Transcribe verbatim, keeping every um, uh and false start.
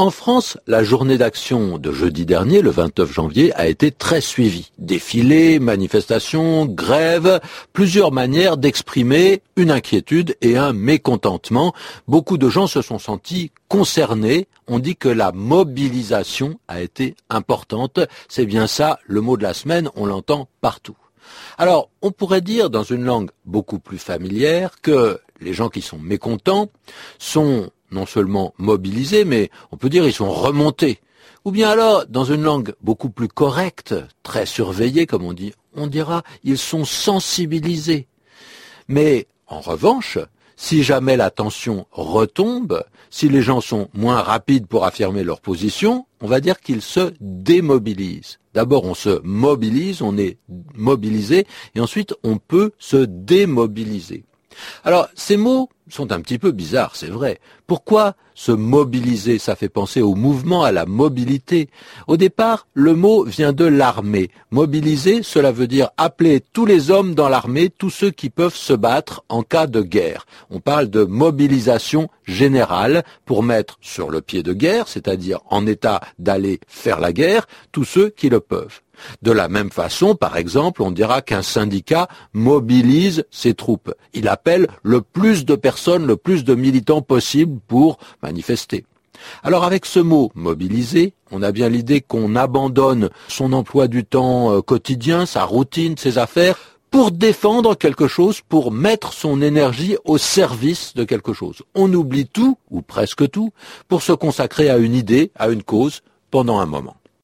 En France, la journée d'action de jeudi dernier, le vingt-neuf janvier, a été très suivie. Défilés, manifestations, grèves, plusieurs manières d'exprimer une inquiétude et un mécontentement. Beaucoup de gens se sont sentis concernés. On dit que la mobilisation a été importante. C'est bien ça, le mot de la semaine, on l'entend partout. Alors, on pourrait dire dans une langue beaucoup plus familière que les gens qui sont mécontents sont non seulement mobilisés, mais on peut dire ils sont remontés. Ou bien alors, dans une langue beaucoup plus correcte, très surveillée comme on dit, on dira ils sont sensibilisés. Mais en revanche, si jamais la tension retombe, si les gens sont moins rapides pour affirmer leur position, on va dire qu'ils se démobilisent. D'abord, on se mobilise, on est mobilisé, et ensuite, on peut se démobiliser. Alors, ces mots sont un petit peu bizarres, c'est vrai. Pourquoi se mobiliser? Ça fait penser au mouvement, à la mobilité. Au départ, le mot vient de l'armée. Mobiliser, cela veut dire appeler tous les hommes dans l'armée, tous ceux qui peuvent se battre en cas de guerre. On parle de mobilisation générale pour mettre sur le pied de guerre, c'est-à-dire en état d'aller faire la guerre, tous ceux qui le peuvent. De la même façon, par exemple, on dira qu'un syndicat mobilise ses troupes. Il appelle le plus de personnes, le plus de militants possible pour manifester. Alors avec ce mot « mobiliser », on a bien l'idée qu'on abandonne son emploi du temps quotidien, sa routine, ses affaires, pour défendre quelque chose, pour mettre son énergie au service de quelque chose. On oublie tout, ou presque tout, pour se consacrer à une idée, à une cause, pendant un moment.